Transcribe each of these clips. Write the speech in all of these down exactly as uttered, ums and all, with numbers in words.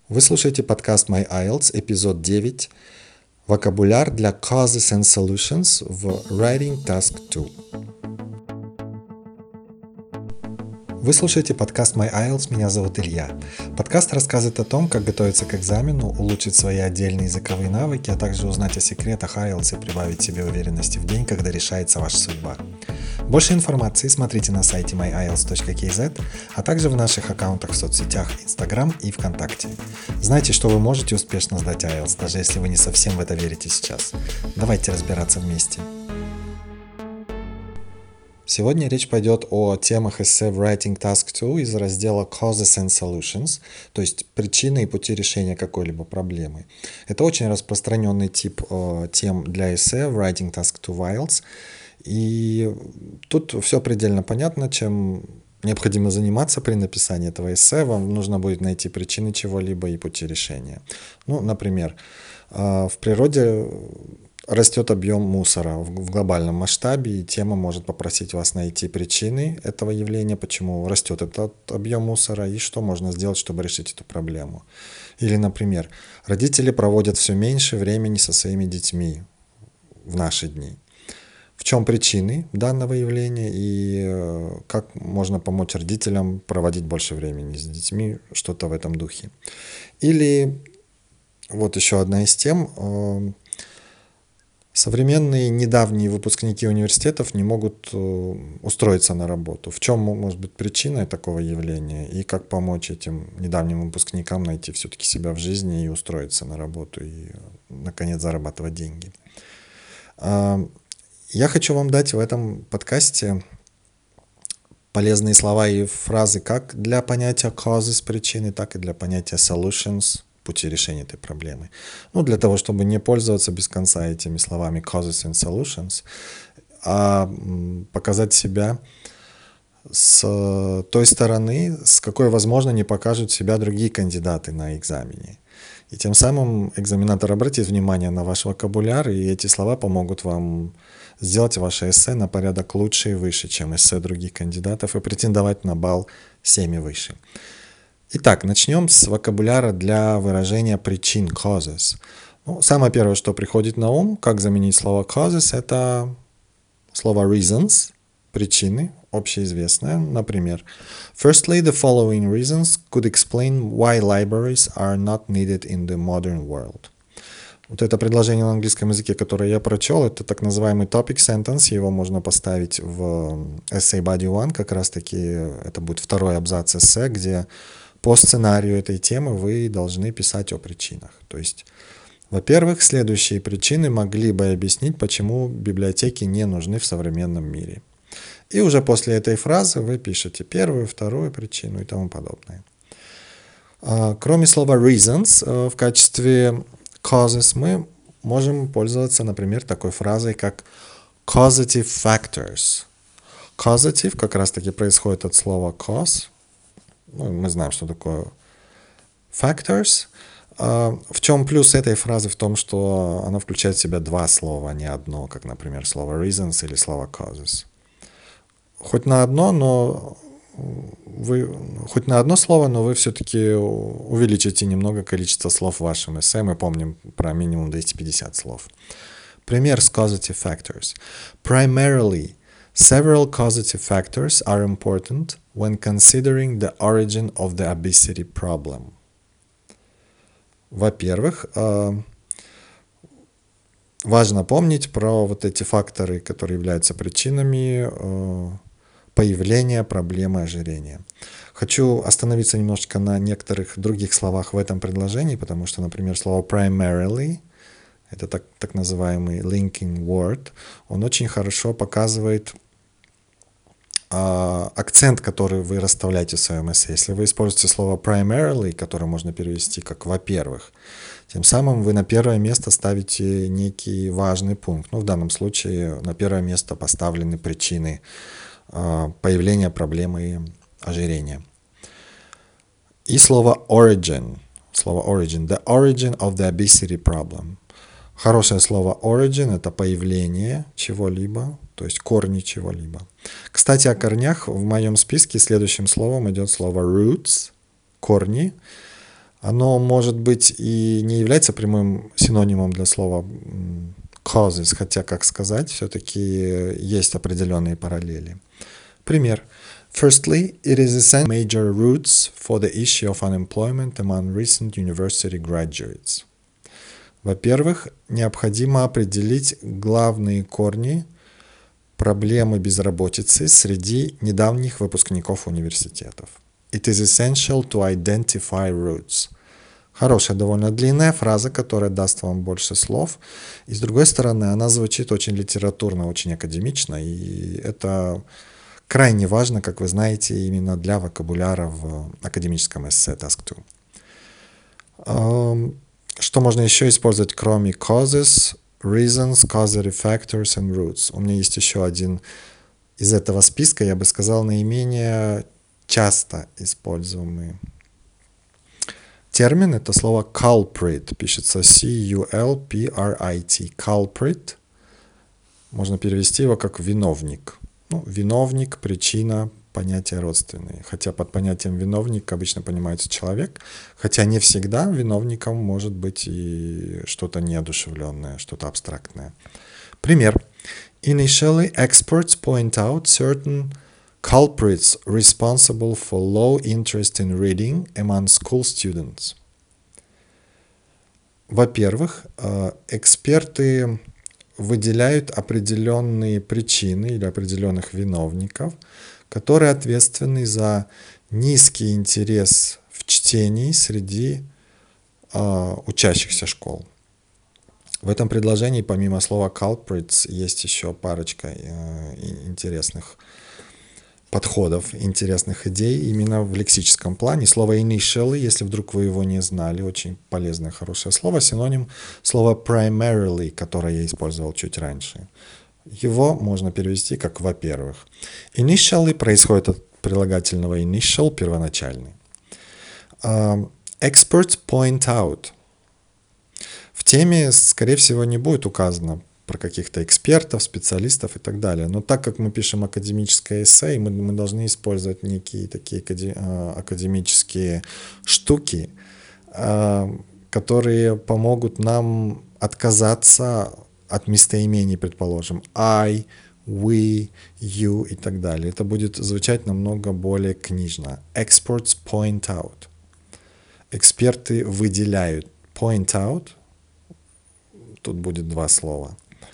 Вы слушаете подкаст My I E L T S, эпизод девять. Вокабуляр для causes and solutions в Writing Task два. Вы слушаете подкаст My I E L T S, меня зовут Илья. Подкаст рассказывает о том, как готовиться к экзамену, улучшить свои отдельные языковые навыки, а также узнать о секретах I E L T S и прибавить себе уверенности в день, когда решается ваша судьба. Больше информации смотрите на сайте my i e l t s точка k z, а также в наших аккаунтах в соцсетях Instagram и ВКонтакте. Знайте, что вы можете успешно сдать I E L T S, даже если вы не совсем в это верите сейчас. Давайте разбираться вместе. Сегодня речь пойдет о темах эссе в Writing Task два из раздела Causes and Solutions, то есть причины и пути решения какой-либо проблемы. Это очень распространенный тип э, тем для эссе в Writing Task два в I E L T S. И тут все предельно понятно, чем необходимо заниматься при написании этого эссе. Вам нужно будет найти причины чего-либо и пути решения. Ну, например, в природе растет объем мусора в глобальном масштабе, и тема может попросить вас найти причины этого явления, почему растет этот объем мусора и что можно сделать, чтобы решить эту проблему. Или, например, родители проводят все меньше времени со своими детьми в наши дни. В чем причины данного явления и как можно помочь родителям проводить больше времени с детьми, что-то в этом духе. Или вот еще одна из тем. Современные недавние выпускники университетов не могут устроиться на работу. В чем может быть причина такого явления и как помочь этим недавним выпускникам найти все-таки себя в жизни и устроиться на работу и, наконец, зарабатывать деньги. Я хочу вам дать в этом подкасте полезные слова и фразы как для понятия causes, причины, так и для понятия solutions, пути решения этой проблемы. Ну, для того, чтобы не пользоваться без конца этими словами causes and solutions, а показать себя с той стороны, с какой, возможно, не покажут себя другие кандидаты на экзамене. И тем самым экзаменатор обратит внимание на ваш вокабуляр, и эти слова помогут вам сделать ваше эссе на порядок лучше и выше, чем эссе других кандидатов, и претендовать на балл семь и выше. Итак, начнем с вокабуляра для выражения причин causes. Ну, самое первое, что приходит на ум, как заменить слово causes, это слово reasons, причины, общеизвестное. Например, firstly, the following reasons could explain why libraries are not needed in the modern world. Вот это предложение на английском языке, которое я прочел, это так называемый topic sentence, его можно поставить в essay body one, как раз таки это будет второй абзац эссе, где по сценарию этой темы вы должны писать о причинах. То есть, во-первых, следующие причины могли бы объяснить, почему библиотеки не нужны в современном мире. И уже после этой фразы вы пишете первую, вторую причину и тому подобное. Кроме слова reasons, в качестве causes мы можем пользоваться, например, такой фразой, как causative factors. Causative как раз-таки происходит от слова cause. Ну, мы знаем, что такое factors. В чем плюс этой фразы? В том, что она включает в себя два слова, а не одно, как, например, слово reasons или слово causes. Хоть на одно, но вы, хоть на одно слово, но вы все-таки увеличите немного количество слов в вашем эссе. Мы помним про минимум двести пятьдесят слов. Пример с causative factors. Primarily, several causative factors are important when considering the origin of the obesity problem. Во-первых, важно помнить про вот эти факторы, которые являются причинами появления проблемы ожирения. Хочу остановиться немножечко на некоторых других словах в этом предложении, потому что, например, слово primarily, это так, так называемый linking word, он очень хорошо показывает а, акцент, который вы расставляете в своем эссе. Если вы используете слово primarily, которое можно перевести как «во-первых», тем самым вы на первое место ставите некий важный пункт. Ну, в данном случае на первое место поставлены причины появления проблемы ожирения. И слово origin. Слово origin. The origin of the obesity problem. Хорошее слово origin – это появление чего-либо, то есть корни чего-либо. Кстати, о корнях в моем списке следующим словом идет слово roots, корни. Оно, может быть, и не является прямым синонимом для слова causes, хотя, как сказать, все-таки есть определенные параллели. Пример. Firstly, it is essential major roots for the issue of unemployment among recent university graduates. Во-первых, необходимо определить главные корни проблемы безработицы среди недавних выпускников университетов. It is essential to identify roots. Хорошая, довольно длинная фраза, которая даст вам больше слов. И с другой стороны, она звучит очень литературно, очень академично. И это крайне важно, как вы знаете, именно для вокабуляра в академическом эссе таск два. Что можно еще использовать, кроме causes, reasons, causative factors and roots? У меня есть еще один из этого списка, я бы сказал, наименее часто используемый термин. Это слово culprit. Пишется C U L P R I T. Culprit. Можно перевести его как виновник. Ну, виновник, причина, понятия родственные. Хотя под понятием виновник обычно понимается человек, хотя не всегда виновником может быть и что-то неодушевленное, что-то абстрактное. Пример. Initially, experts point out certain culprits responsible for low interest in reading among school students. Во-первых, эксперты выделяют определенные причины или определенных виновников, которые ответственны за низкий интерес в чтении среди э, учащихся школ. В этом предложении помимо слова culprits есть еще парочка э, интересных подходов, интересных идей именно в лексическом плане. Слово initially, если вдруг вы его не знали, очень полезное, хорошее слово, синоним слова primarily, которое я использовал чуть раньше. Его можно перевести как «во-первых». Initially происходит от прилагательного initial, первоначальный. Uh, experts point out. В теме, скорее всего, не будет указано про каких-то экспертов, специалистов и так далее. Но так как мы пишем академическое эссе, мы, мы должны использовать некие такие академические штуки, которые помогут нам отказаться от местоимений, предположим, I, we, you и так далее. Это будет звучать намного более книжно. Experts point out. Эксперты выделяют. Point out. Тут будет два слова.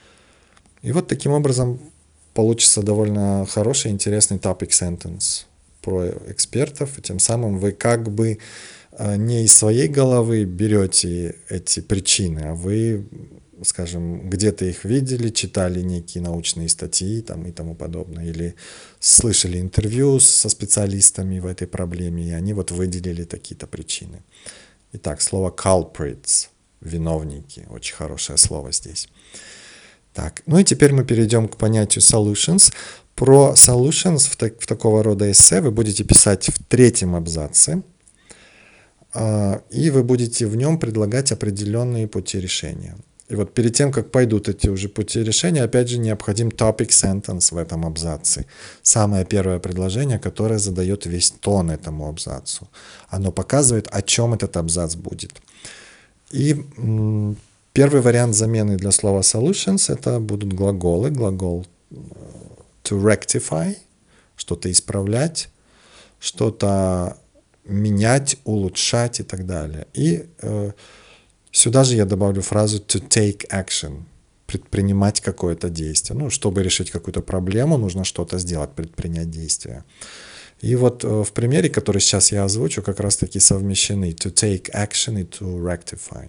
И вот таким образом получится довольно хороший, интересный topic sentence про экспертов. И тем самым вы как бы не из своей головы берете эти причины, а вы, скажем, где-то их видели, читали некие научные статьи там, и тому подобное, или слышали интервью со специалистами в этой проблеме, и они вот выделили такие-то причины. Итак, слово culprits, виновники, очень хорошее слово здесь. Так, ну и теперь мы перейдем к понятию solutions. Про solutions в, так, в такого рода эссе вы будете писать в третьем абзаце, э, и вы будете в нем предлагать определенные пути решения. И вот перед тем, как пойдут эти уже пути решения, опять же необходим topic sentence в этом абзаце. Самое первое предложение, которое задает весь тон этому абзацу. Оно показывает, о чем этот абзац будет. И м- первый вариант замены для слова solutions — это будут глаголы. Глагол to rectify, что-то исправлять, что-то менять, улучшать и так далее. И э, сюда же я добавлю фразу to take action, предпринимать какое-то действие. Ну, чтобы решить какую-то проблему, нужно что-то сделать, предпринять действие. И вот э, в примере, который сейчас я озвучу, как раз-таки совмещены to take action и to rectify.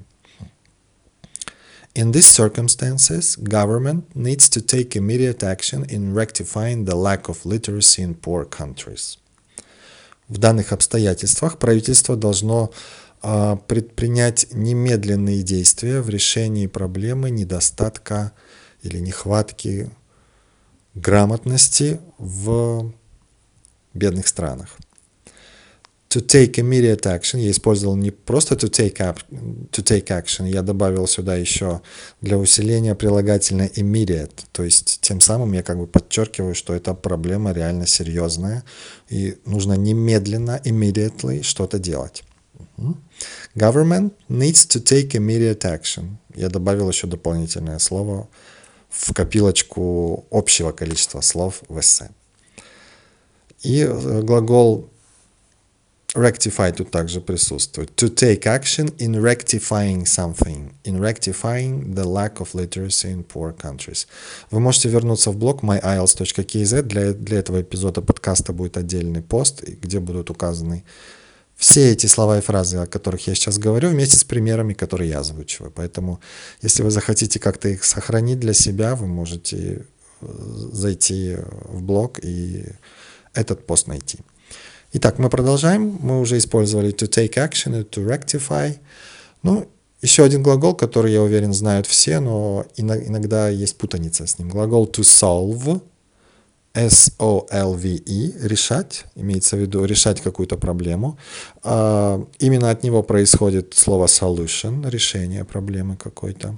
In these circumstances, government needs to take immediate action in rectifying the lack of literacy in poor countries. В данных обстоятельствах правительство должно э, предпринять немедленные действия в решении проблемы недостатка или нехватки грамотности в бедных странах. To take immediate action я использовал не просто to take, up, to take action, я добавил сюда еще для усиления прилагательное immediate, то есть тем самым я как бы подчеркиваю, что эта проблема реально серьезная и нужно немедленно, immediately что-то делать. Government needs to take immediate action. Я добавил еще дополнительное слово в копилочку общего количества слов в эссе. И глагол rectify тут также присутствует. To take action in rectifying something. In rectifying the lack of literacy in poor countries. Вы можете вернуться в блог my I E L T S dot k z. Для, для этого эпизода подкаста будет отдельный пост, где будут указаны все эти слова и фразы, о которых я сейчас говорю, вместе с примерами, которые я озвучиваю. Поэтому, если вы захотите как-то их сохранить для себя, вы можете зайти в блог и этот пост найти. Итак, мы продолжаем. Мы уже использовали to take action и to rectify. Ну, еще один глагол, который, я уверен, знают все, но иногда есть путаница с ним. Глагол to solve, S O L V E, решать, имеется в виду решать какую-то проблему. А, именно от него происходит слово solution, решение проблемы какой-то.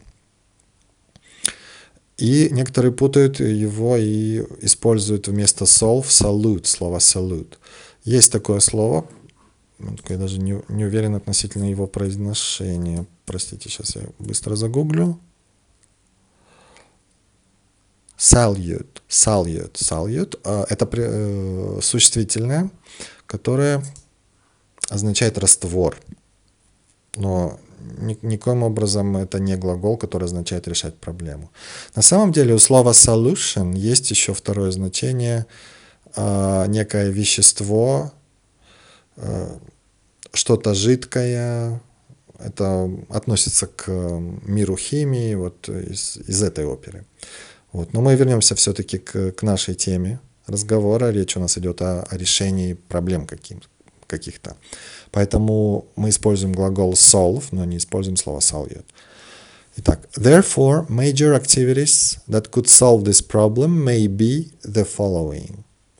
И некоторые путают его и используют вместо solve salute, слово salute. Есть такое слово, я даже не, не уверен относительно его произношения. Простите, сейчас я быстро загуглю. Salute, salute, salute. Это э, существительное, которое означает раствор. Но ни, никоим образом это не глагол, который означает решать проблему. На самом деле у слова solution есть еще второе значение. Некое вещество, что-то жидкое, это относится к миру химии, вот из, из этой оперы. Вот. Но мы вернемся все-таки к, к нашей теме разговора. Речь у нас идет о, о решении проблем каким, каких-то. Поэтому мы используем глагол solve, но не используем слово salute. Итак, therefore, major activities that could solve this problem may be the following.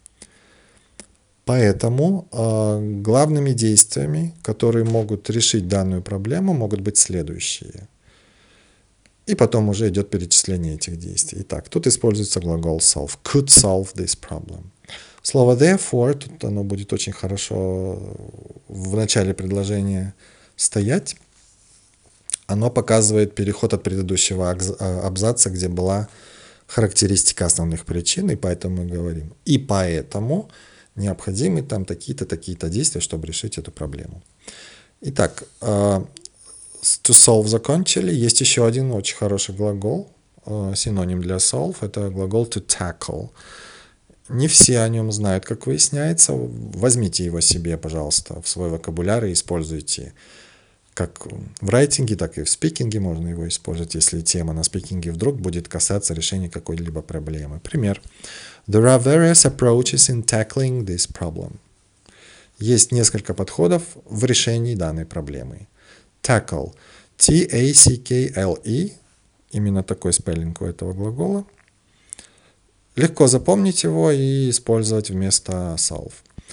Поэтому э, главными действиями, которые могут решить данную проблему, могут быть следующие. И потом уже идет перечисление этих действий. Итак, тут используется глагол solve. Could solve this problem. Слово therefore, тут оно будет очень хорошо в начале предложения стоять. Оно показывает переход от предыдущего абзаца, где была характеристика основных причин, и поэтому мы говорим. И поэтому необходимы там такие-то, такие-то действия, чтобы решить эту проблему. Итак, to solve закончили. Есть еще один очень хороший глагол, синоним для solve, это глагол to tackle. Не все о нем знают, как выясняется. Возьмите его себе, пожалуйста, в свой вокабуляр и используйте. Как в райтинге, так и в спикинге можно его использовать, если тема на спикинге вдруг будет касаться решения какой-либо проблемы. Пример. There are various approaches in tackling this problem. Есть несколько подходов в решении данной проблемы. Tackle. T A C K L E. Именно такой спеллинг у этого глагола. Легко запомнить его и использовать вместо solve.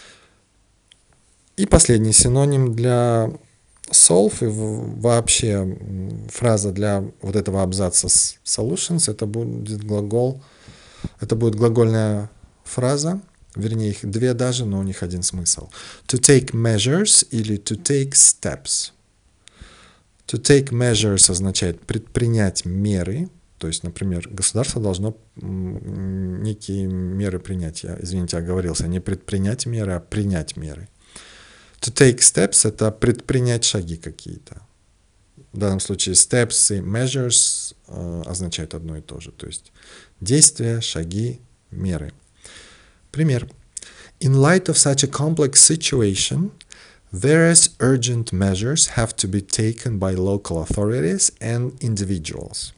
И последний синоним для solve и вообще фраза для вот этого абзаца solutions, это будет глагол, это будет глагольная фраза, вернее их две даже, но у них один смысл. To take measures или to take steps. To take measures означает предпринять меры, то есть, например, государство должно некие меры принять. Я, извините, оговорился, не предпринять меры, а принять меры. To take steps — это предпринять шаги какие-то. В данном случае steps и measures э, означают одно и то же. То есть действия, шаги, меры. Пример. In light of such a complex situation, various urgent measures have to be taken by local authorities and individuals.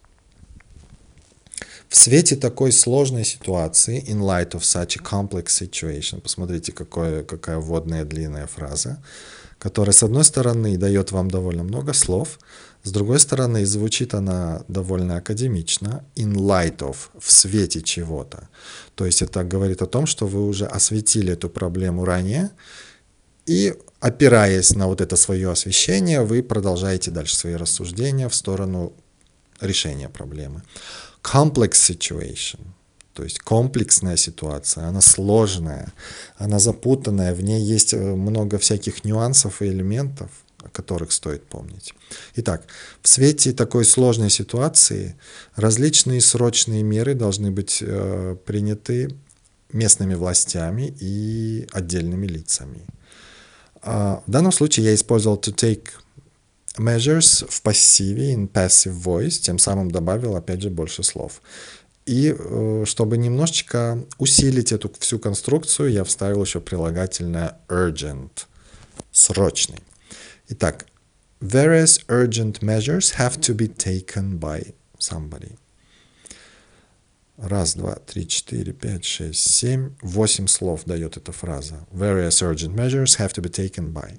В свете такой сложной ситуации, in light of such a complex situation, посмотрите, какое, какая вводная длинная фраза, которая, с одной стороны, дает вам довольно много слов, с другой стороны, звучит она довольно академично, in light of, в свете чего-то. То есть это говорит о том, что вы уже осветили эту проблему ранее, и, опираясь на вот это свое освещение, вы продолжаете дальше свои рассуждения в сторону решения проблемы. Complex situation, то есть комплексная ситуация, она сложная, она запутанная, в ней есть много всяких нюансов и элементов, о которых стоит помнить. Итак, в свете такой сложной ситуации различные срочные меры должны быть э, приняты местными властями и отдельными лицами. А в данном случае я использовал to take measures в пассиве, in passive voice, тем самым добавил, опять же, больше слов. И э, чтобы немножечко усилить эту всю конструкцию, я вставил еще прилагательное urgent, срочный. Итак, various urgent measures have to be taken by somebody. Раз, два, три, четыре, пять, шесть, семь, восемь слов дает эта фраза. Various urgent measures have to be taken by.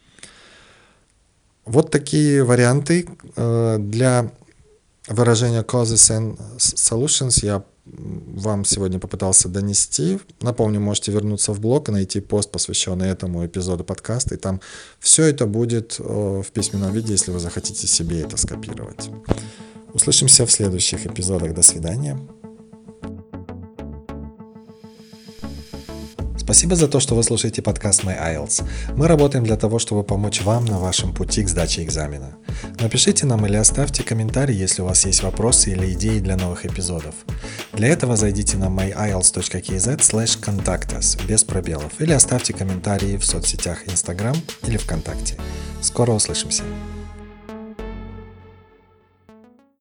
Вот такие варианты э, для выражения causes and solutions я вам сегодня попытался донести. Напомню, можете вернуться в блог и найти пост, посвященный этому эпизоду подкаста, и там все это будет в письменном виде, если вы захотите себе это скопировать. Услышимся в следующих эпизодах. До свидания. Спасибо за то, что вы слушаете подкаст My ай эл ти эс. Мы работаем для того, чтобы помочь вам на вашем пути к сдаче экзамена. Напишите нам или оставьте комментарий, если у вас есть вопросы или идеи для новых эпизодов. Для этого зайдите на my i e l t s dot k z slash contact us без пробелов или оставьте комментарии в соцсетях Instagram или ВКонтакте. Скоро услышимся.